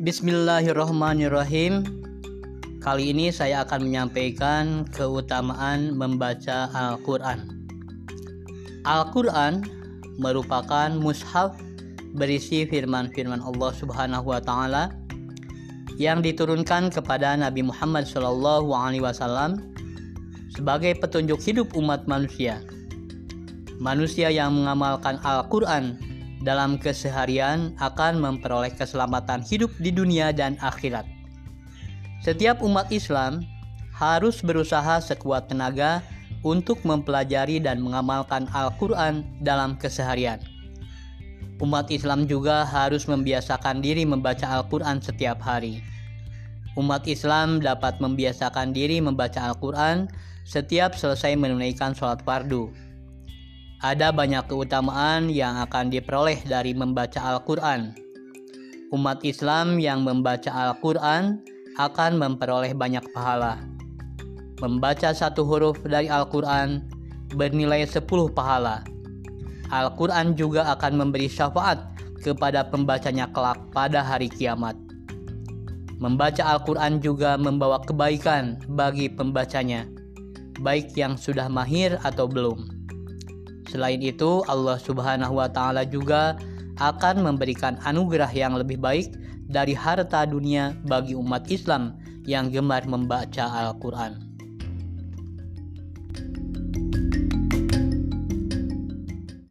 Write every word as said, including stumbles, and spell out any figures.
Bismillahirrahmanirrahim. Kali ini saya akan menyampaikan keutamaan membaca Al-Quran. Al-Quran merupakan mushaf berisi firman-firman Allah Subhanahu wa Ta'ala yang diturunkan kepada Nabi Muhammad shallallahu alaihi wasallam sebagai petunjuk hidup umat manusia. Manusia yang mengamalkan Al-Quran dalam keseharian akan memperoleh keselamatan hidup di dunia dan akhirat. Setiap umat Islam harus berusaha sekuat tenaga untuk mempelajari dan mengamalkan Al-Quran dalam keseharian. Umat Islam juga harus membiasakan diri membaca Al-Quran setiap hari. Umat Islam dapat membiasakan diri membaca Al-Quran setiap selesai menunaikan sholat fardu. Ada banyak keutamaan yang akan diperoleh dari membaca Al-Quran. Umat Islam yang membaca Al-Quran akan memperoleh banyak pahala. Membaca satu huruf dari Al-Quran bernilai sepuluh pahala. Al-Quran juga akan memberi syafaat kepada pembacanya kelak pada hari kiamat. Membaca Al-Quran juga membawa kebaikan bagi pembacanya, baik yang sudah mahir atau belum. Selain itu, Allah Subhanahu wa Ta'ala juga akan memberikan anugerah yang lebih baik dari harta dunia bagi umat Islam yang gemar membaca Al-Quran.